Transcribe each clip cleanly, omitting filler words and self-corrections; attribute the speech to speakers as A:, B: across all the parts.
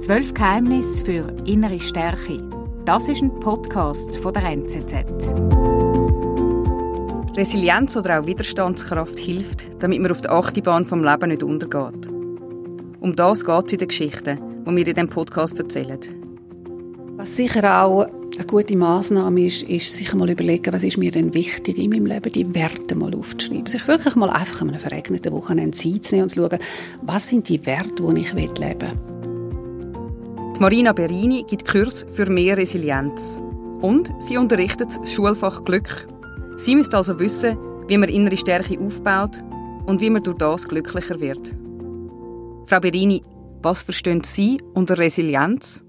A: 12 Geheimnisse für innere Stärke. Das ist ein Podcast von der NZZ.
B: Resilienz oder auch Widerstandskraft hilft, damit man auf der Achterbahn vom Leben nicht untergeht. Um das geht es in den Geschichten, die wir in diesem Podcast erzählen.
C: Was sicher auch eine gute Massnahme ist sich mal überlegen, was ist mir denn wichtig in meinem Leben, die Werte mal aufzuschreiben. Sich wirklich mal einfach an einem verregneten Wochenende Zeit zu nehmen und zu schauen, was sind die Werte, die ich leben will.
B: Die Marina Berini gibt Kurs für mehr Resilienz. Und sie unterrichtet das Schulfach Glück. Sie müsste also wissen, wie man innere Stärke aufbaut und wie man durch das glücklicher wird. Frau Berini, was verstehen Sie unter Resilienz?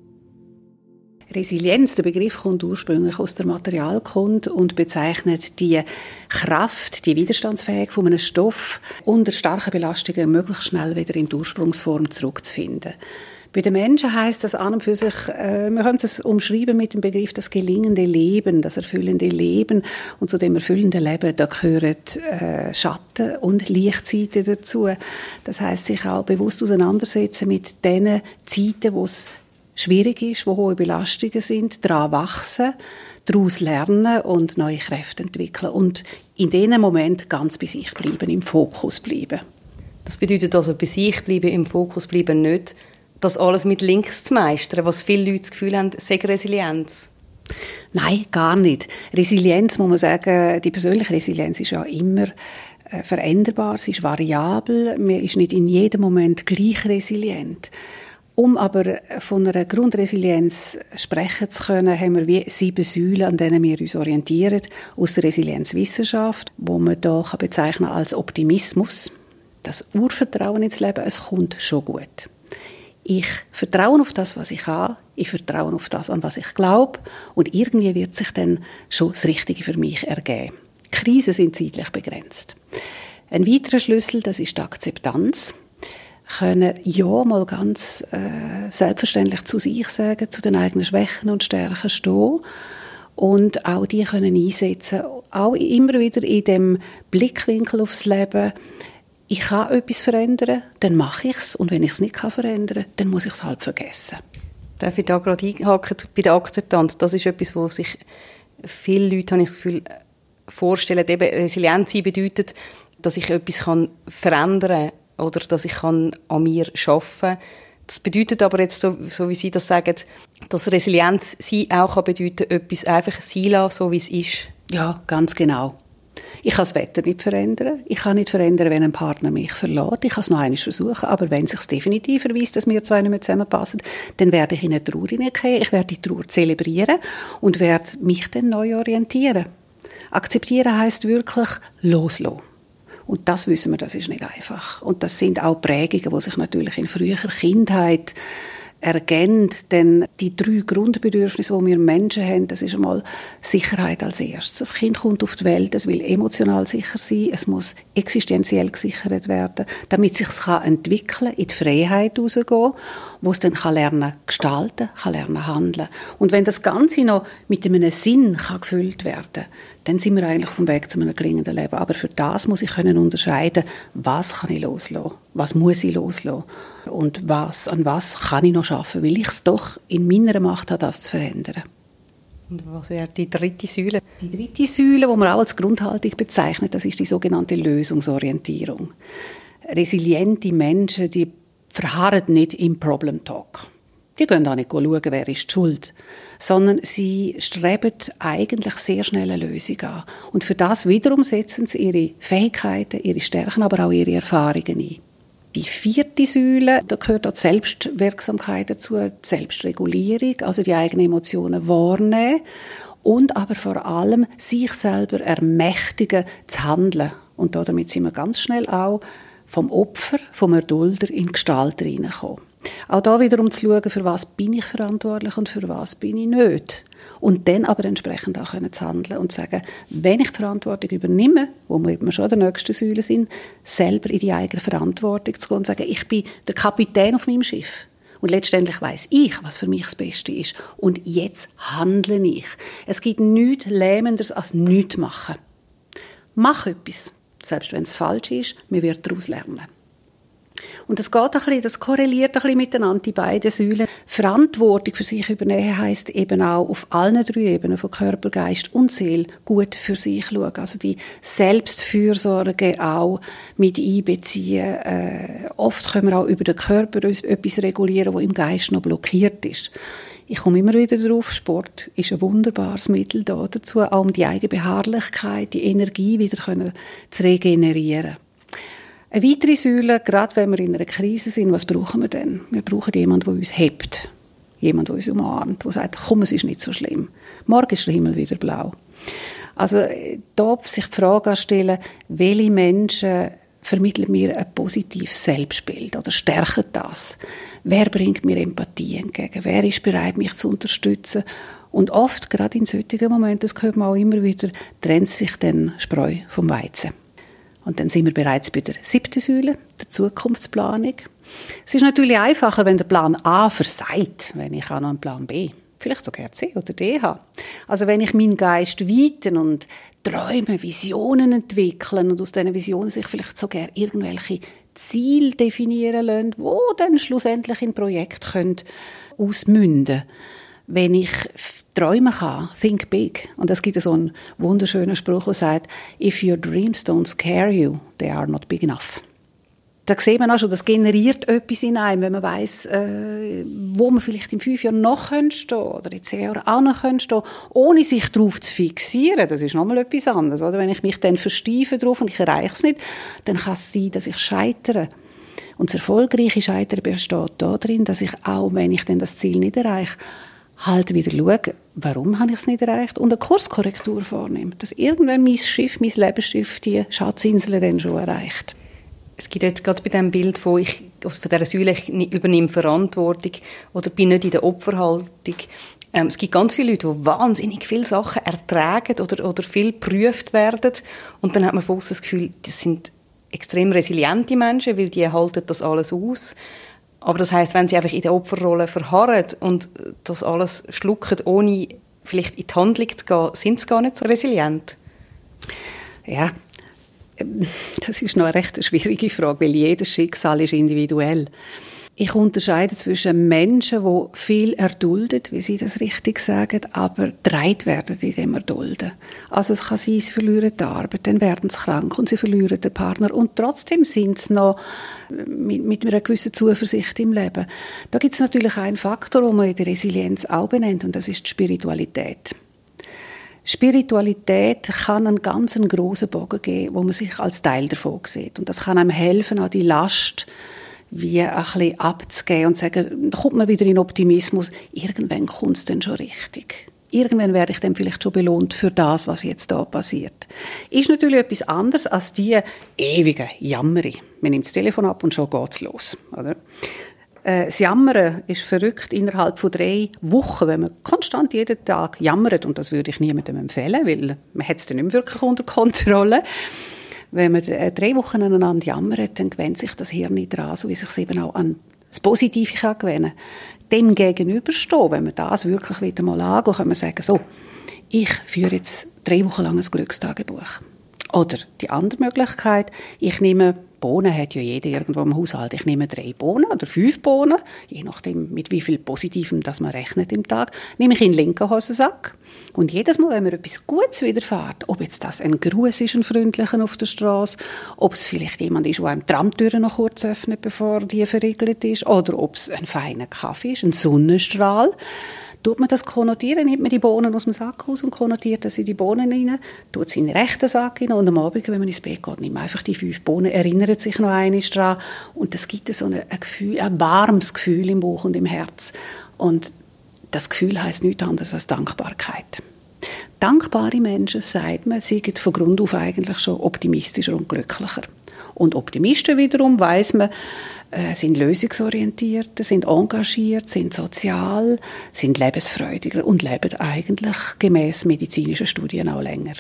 C: Resilienz, der Begriff kommt ursprünglich aus der Materialkunde und bezeichnet die Kraft, die Widerstandsfähigkeit von einem Stoff unter starken Belastungen möglichst schnell wieder in die Ursprungsform zurückzufinden. Bei den Menschen heisst das an und für sich, wir können es umschreiben mit dem Begriff das gelingende Leben, das erfüllende Leben. Und zu dem erfüllenden Leben, da gehören Schatten- und Lichtseiten dazu. Das heisst, sich auch bewusst auseinandersetzen mit den Zeiten, wo es schwierig ist, wo hohe Belastungen sind, daran wachsen, daraus lernen und neue Kräfte entwickeln. Und in diesen Momenten ganz bei sich bleiben, im Fokus bleiben.
D: Das bedeutet also, bei sich bleiben, im Fokus bleiben, nicht das alles mit links zu meistern, was viele Leute das Gefühl haben, sei Resilienz.
C: Nein, gar nicht. Resilienz, muss man sagen, die persönliche Resilienz ist ja immer veränderbar, sie ist variabel, man ist nicht in jedem Moment gleich resilient. Um aber von einer Grundresilienz sprechen zu können, haben wir wie 7 Säulen, an denen wir uns orientieren, aus der Resilienzwissenschaft, wo man hier bezeichnen kann als Optimismus, das Urvertrauen ins Leben, es kommt schon gut. Ich vertraue auf das, was ich habe. Ich vertraue auf das, an was ich glaube. Und irgendwie wird sich dann schon das Richtige für mich ergeben. Krisen sind zeitlich begrenzt. Ein weiterer Schlüssel, das ist die Akzeptanz. Können ja mal ganz selbstverständlich zu sich sagen, zu den eigenen Schwächen und Stärken stehen. Und auch die können einsetzen. Auch immer wieder in dem Blickwinkel aufs Leben. Ich kann etwas verändern, dann mache ich es. Und wenn ich es nicht verändern kann, dann muss ich es halt vergessen.
D: Darf ich da gerade einhaken bei der Akzeptanz? Das ist etwas, wo sich viele Leute, habe ich das Gefühl, vorstellen. Eben Resilienz bedeutet, dass ich etwas verändern kann oder dass ich an mir arbeiten kann. Das bedeutet aber jetzt, so wie Sie das sagen, dass Resilienz auch bedeuten kann, etwas einfach sein lassen, so wie es ist.
C: Ja, ganz genau. Ich kann das Wetter nicht verändern. Ich kann nicht verändern, wenn ein Partner mich verlässt. Ich kann es noch einmal versuchen. Aber wenn es sich definitiv erweist, dass wir zwei nicht mehr zusammenpassen, dann werde ich in eine Trauer hineingehen. Ich werde die Trauer zelebrieren und werde mich dann neu orientieren. Akzeptieren heisst wirklich loslassen. Und das wissen wir, das ist nicht einfach. Und das sind auch Prägungen, die sich natürlich in früher Kindheit ergeben, denn die 3 Grundbedürfnisse, die wir Menschen haben, das ist einmal Sicherheit als erstes. Das Kind kommt auf die Welt, es will emotional sicher sein, es muss existenziell gesichert werden, damit es sich entwickeln kann, in die Freiheit rausgehen, wo es dann lernen gestalten, kann lernen handeln. Und wenn das Ganze noch mit einem Sinn gefüllt werden kann, dann sind wir eigentlich auf dem Weg zu einem gelingenden Leben. Aber für das muss ich unterscheiden, was kann ich loslassen, was muss ich loslassen und an was kann ich noch arbeiten, weil ich es doch in meiner Macht habe, das zu verändern.
D: Und was wäre die 3. Säule?
C: Die 3. Säule, die man auch als Grundhaltung bezeichnet, das ist die sogenannte Lösungsorientierung. Resiliente Menschen, die verharren nicht im Problem Talk. Die gehen auch nicht schauen, wer ist die schuld, sondern sie streben eigentlich sehr schnell eine Lösung an. Und für das wiederum setzen sie ihre Fähigkeiten, ihre Stärken, aber auch ihre Erfahrungen ein. Die 4. Säule, da gehört auch die Selbstwirksamkeit dazu, die Selbstregulierung, also die eigenen Emotionen wahrnehmen und aber vor allem sich selber ermächtigen, zu handeln. Und damit sind wir ganz schnell auch vom Opfer, vom Erdulder in die Gestalt reinkommen. Auch da wiederum zu schauen, für was bin ich verantwortlich und für was bin ich nicht. Und dann aber entsprechend auch zu handeln und zu sagen, wenn ich die Verantwortung übernehme, wo wir schon an der nächsten Säule sind, selber in die eigene Verantwortung zu gehen und zu sagen, ich bin der Kapitän auf meinem Schiff. Und letztendlich weiss ich, was für mich das Beste ist. Und jetzt handle ich. Es gibt nichts Lähmenderes als nichts machen. Mach etwas. Selbst wenn es falsch ist, man wird daraus lernen. Und das korreliert ein bisschen miteinander, die beiden Säulen. Verantwortung für sich übernehmen heisst eben auch auf allen 3 Ebenen von Körper, Geist und Seele gut für sich schauen. Also die Selbstfürsorge auch mit einbeziehen. Oft können wir auch über den Körper etwas regulieren, was im Geist noch blockiert ist. Ich komme immer wieder darauf, Sport ist ein wunderbares Mittel dazu, auch um die eigene Beharrlichkeit, die Energie wieder zu regenerieren. Eine weitere Säule, gerade wenn wir in einer Krise sind, was brauchen wir denn? Wir brauchen jemanden, der uns hebt. Jemanden, der uns umarmt, der sagt, komm, es ist nicht so schlimm. Morgen ist der Himmel wieder blau. Also da sich die Frage stellen, welche Menschen vermitteln mir ein positives Selbstbild oder stärken das? Wer bringt mir Empathie entgegen? Wer ist bereit, mich zu unterstützen? Und oft, gerade in solchen Momenten, das hört man auch immer wieder, trennt sich dann Spreu vom Weizen. Und dann sind wir bereits bei der 7. Säule, der Zukunftsplanung. Es ist natürlich einfacher, wenn der Plan A versagt, wenn ich auch noch einen Plan B, vielleicht sogar C oder D habe. Also wenn ich meinen Geist weiten und Träume, Visionen entwickeln und aus diesen Visionen sich vielleicht sogar irgendwelche Ziele definieren lassen, die dann schlussendlich in Projekte ausmünden können. Wenn ich träumen kann, think big. Und es gibt so einen wunderschönen Spruch, der sagt, if your dreams don't scare you, they are not big enough. Da sieht man auch schon, das generiert etwas in einem, wenn man weiss, wo man vielleicht in 5 Jahren noch stehen könnte oder in 10 Jahren auch noch stehen könnte, ohne sich darauf zu fixieren. Das ist nochmal etwas anderes. Oder? Wenn ich mich dann versteife drauf und ich erreiche es nicht, dann kann es sein, dass ich scheitere. Und das erfolgreiche Scheitern besteht darin, dass ich auch, wenn ich dann das Ziel nicht erreiche, halt wieder schaue, warum habe ich es nicht erreicht und eine Kurskorrektur vornehme. Dass irgendwann mein Lebensschiff, die Schatzinsel dann schon erreicht.
D: Es gibt jetzt gerade bei diesem Bild, von dieser Säule, ich übernehme Verantwortung oder bin nicht in der Opferhaltung. Es gibt ganz viele Leute, die wahnsinnig viele Sachen ertragen oder viel geprüft werden. Und dann hat man von aussen das Gefühl, das sind extrem resiliente Menschen, weil die halten das alles aus. Aber das heisst, wenn sie einfach in der Opferrolle verharren und das alles schlucken, ohne vielleicht in die Handlung zu gehen, sind sie gar nicht so resilient.
C: Ja, das ist noch eine recht schwierige Frage, weil jedes Schicksal ist individuell. Ich unterscheide zwischen Menschen, die viel erdulden, wie Sie das richtig sagen, aber gedreht werden in dem Erdulden. Also es kann sein, sie verlieren die Arbeit, dann werden sie krank und sie verlieren den Partner und trotzdem sind sie noch mit einer gewissen Zuversicht im Leben. Da gibt es natürlich einen Faktor, den man in der Resilienz auch benennt, und das ist die Spiritualität. Spiritualität kann einen ganz grossen Bogen geben, wo man sich als Teil davon sieht. Und das kann einem helfen, auch die Last wie ein bisschen abzugeben und zu sagen, da kommt man wieder in Optimismus, irgendwann kommt es dann schon richtig. Irgendwann werde ich dann vielleicht schon belohnt für das, was jetzt da passiert. Ist natürlich etwas anderes als die ewige Jammerei. Man nimmt das Telefon ab und schon geht's los, oder? Das Jammern ist verrückt innerhalb von 3 Wochen, wenn man konstant jeden Tag jammert. Und das würde ich niemandem empfehlen, weil man hat es dann nicht mehr wirklich unter Kontrolle. Wenn man 3 Wochen aneinander jammert, dann gewöhnt sich das Hirn nicht dran, so wie sich es eben auch an das Positive kann gewöhnen. Dem gegenüberstehen, wenn man das wirklich wieder mal angeht, kann man sagen, so, ich führe jetzt 3 Wochen lang ein Glückstagebuch. Oder die andere Möglichkeit, ich nehme Bohnen, hat ja jeder irgendwo im Haushalt. Ich nehme 3 Bohnen oder 5 Bohnen, je nachdem, mit wie viel Positivem das man rechnet im Tag, nehme ich in den linken Hosensack. Und jedes Mal, wenn mir etwas Gutes widerfährt, ob jetzt das ein Gruß ist, ein freundlicher auf der Straße, ob es vielleicht jemand ist, der einem die Tramtür noch kurz öffnet, bevor die verriegelt ist, oder ob es ein feiner Kaffee ist, ein Sonnenstrahl, tut man das konnotieren, nimmt man die Bohnen aus dem Sack raus und konnotiert das in die Bohnen rein, tut es in den rechten Sack rein und am Abend, wenn man ins Bett geht, nimmt man einfach die 5 Bohnen, erinnert sich noch einmal daran und das gibt so ein Gefühl, ein warmes Gefühl im Bauch und im Herz. Und das Gefühl heisst nichts anderes als Dankbarkeit. Dankbare Menschen, sagt man, sind von Grund auf eigentlich schon optimistischer und glücklicher. Und Optimisten wiederum, weiss man, sind lösungsorientiert, sind engagiert, sind sozial, sind lebensfreudiger und leben eigentlich gemäss medizinischen Studien auch länger.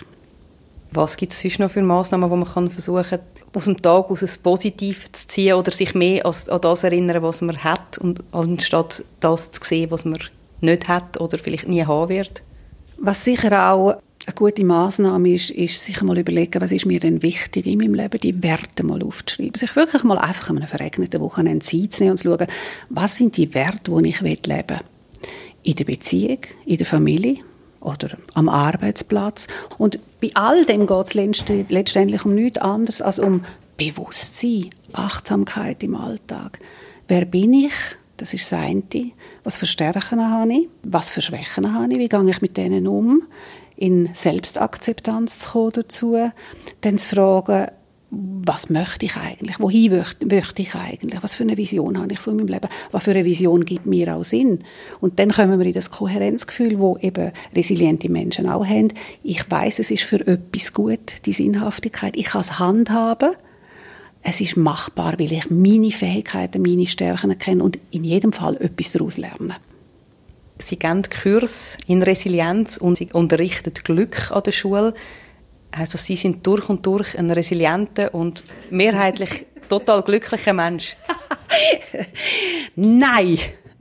D: Was gibt es sonst noch für Massnahmen, die man versuchen kann, aus dem Tag aus ein Positiv zu ziehen oder sich mehr an das erinnern, was man hat, und anstatt das zu sehen, was man nicht hat oder vielleicht nie haben wird?
C: Was sicher auch Eine gute Massnahme ist sich mal überlegen, was ist mir denn wichtig in meinem Leben, die Werte mal aufzuschreiben. Sich wirklich mal einfach an einem verregneten Wochenende Zeit zu nehmen und zu schauen, was sind die Werte, die ich leben will. In der Beziehung, in der Familie oder am Arbeitsplatz. Und bei all dem geht es letztendlich um nichts anderes als um Bewusstsein, Achtsamkeit im Alltag. Wer bin ich? Das ist das eine. Was für Stärken habe ich? Was für Schwächen habe ich? Wie gehe ich mit denen um? In Selbstakzeptanz zu kommen dazu. Dann zu fragen, was möchte ich eigentlich? Wohin möchte ich eigentlich? Was für eine Vision habe ich von meinem Leben? Was für eine Vision gibt mir auch Sinn? Und dann kommen wir in das Kohärenzgefühl, das eben resiliente Menschen auch haben. Ich weiss, es ist für etwas gut, die Sinnhaftigkeit. Ich kann es handhaben. Es ist machbar, weil ich meine Fähigkeiten, meine Stärken kenne und in jedem Fall etwas daraus lerne.
D: Sie geben Kurs in Resilienz und Sie unterrichten Glück an der Schule. Heisst das, Sie sind durch und durch ein resilienter und mehrheitlich total glücklicher Mensch?
C: Nein.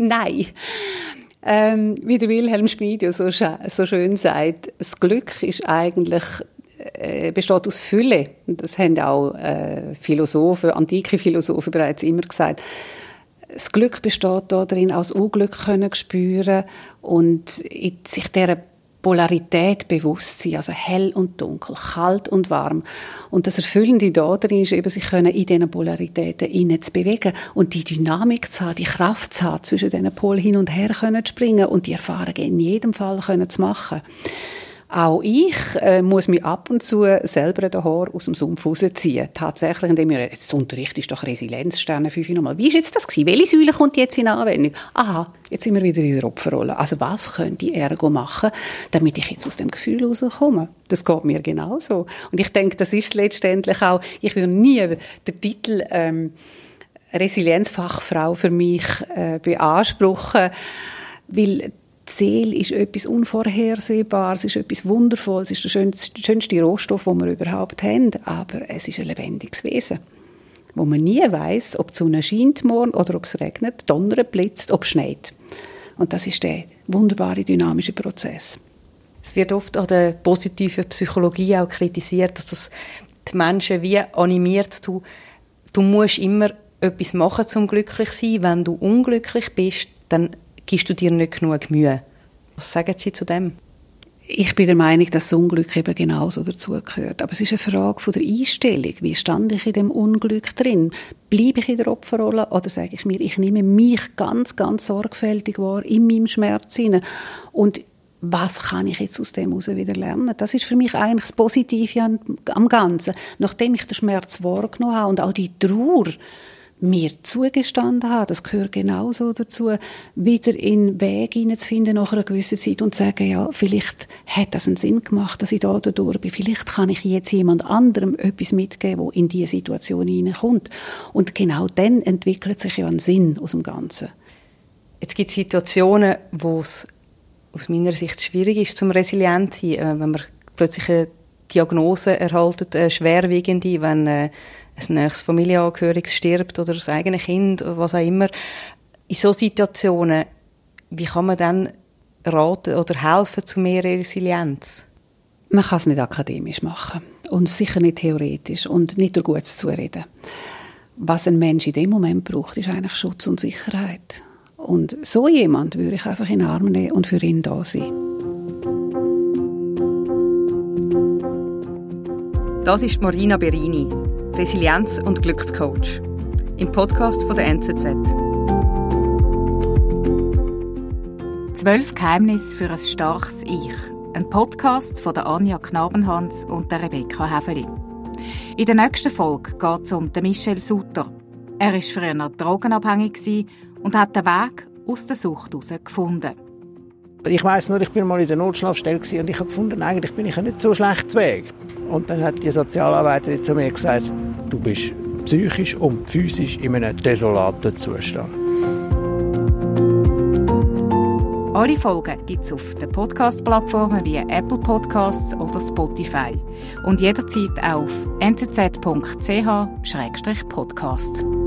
C: Wie der Wilhelm Schmid ja so schön sagt, das Glück ist eigentlich besteht aus Fülle. Das haben auch Philosophen, antike Philosophen bereits immer gesagt. Das Glück besteht darin, auch das Unglück können spüren und sich dieser Polarität bewusst sein, also hell und dunkel, kalt und warm. Und das Erfüllende darin ist eben, sich können in diesen Polaritäten innen zu bewegen und die Dynamik zu haben, die Kraft zu haben, zwischen diesen Polen hin und her können zu springen und die Erfahrungen in jedem Fall können zu machen. Auch ich muss mich ab und zu selber den Haar aus dem Sumpf rausziehen. Tatsächlich, indem ich jetzt unterrichtest doch Resilienz, Sterne 5 nochmal. Wie ist jetzt das gewesen? Welche Säule kommt jetzt in Anwendung? Aha, jetzt sind wir wieder in der Opferrolle. Also was könnte ich ergo machen, damit ich jetzt aus dem Gefühl rauskomme? Das geht mir genauso. Und ich denke, das ist letztendlich auch, ich will nie den Titel Resilienzfachfrau für mich beanspruchen, weil die Seele ist etwas Unvorhersehbares, es ist etwas Wundervolles, es ist der schönste Rohstoff, den wir überhaupt haben, aber es ist ein lebendiges Wesen, wo man nie weiss, ob die Sonne scheint morgen oder ob es regnet, donnert, blitzt, ob es schneit. Und das ist der wunderbare, dynamische Prozess.
D: Es wird oft an der positiven Psychologie auch kritisiert, dass das die Menschen wie animiert, du musst immer etwas machen, um glücklich zu sein. Wenn du unglücklich bist, dann gibst du dir nicht genug Mühe. Was sagen Sie zu dem?
C: Ich bin der Meinung, dass das Unglück eben genauso dazugehört. Aber es ist eine Frage von der Einstellung. Wie stand ich in dem Unglück drin? Bleibe ich in der Opferrolle oder sage ich mir, ich nehme mich ganz, ganz sorgfältig wahr in meinem Schmerz hinein und was kann ich jetzt aus dem heraus wieder lernen? Das ist für mich eigentlich das Positive am Ganzen. Nachdem ich den Schmerz wahrgenommen habe und auch die Trauer mir zugestanden habe, das gehört genauso dazu, wieder in den Weg hineinzufinden nach einer gewissen Zeit und zu sagen, ja, vielleicht hat das einen Sinn gemacht, dass ich da durch bin. Vielleicht kann ich jetzt jemand anderem etwas mitgeben, der in diese Situation hineinkommt. Und genau dann entwickelt sich ja ein Sinn aus dem Ganzen.
D: Jetzt gibt es Situationen, wo es aus meiner Sicht schwierig ist, zum resilient zu sein, wenn man plötzlich eine Diagnose erhält, eine schwerwiegende, wenn ein nächstes Familienangehöriges stirbt oder das eigene Kind, was auch immer. In solchen Situationen, wie kann man dann raten oder helfen zu mehr Resilienz?
C: Man kann es nicht akademisch machen und sicher nicht theoretisch und nicht durch Gutes zureden. Was ein Mensch in dem Moment braucht, ist eigentlich Schutz und Sicherheit. Und so jemand würde ich einfach in den Arm nehmen und für ihn da sein.
B: Das ist Marina Berini, Resilienz- und Glückscoach, im Podcast von der NZZ.
A: 12 Geheimnisse für ein starkes Ich. Ein Podcast von der Anja Knabenhans und der Rebecca Häfeli. In der nächsten Folge geht es um Michel Sutter. Er war früher drogenabhängig und hat den Weg aus der Sucht heraus gefunden.
E: Ich weiss nur, ich war mal in der Notschlafstelle und ich habe gefunden, eigentlich bin ich ja nicht so schlecht zu Weg. Und dann hat die Sozialarbeiterin zu mir gesagt, du bist psychisch und physisch in einem desolaten Zustand.
A: Alle Folgen gibt es auf den Podcast-Plattformen wie Apple Podcasts oder Spotify. Und jederzeit auf nzz.ch/podcast.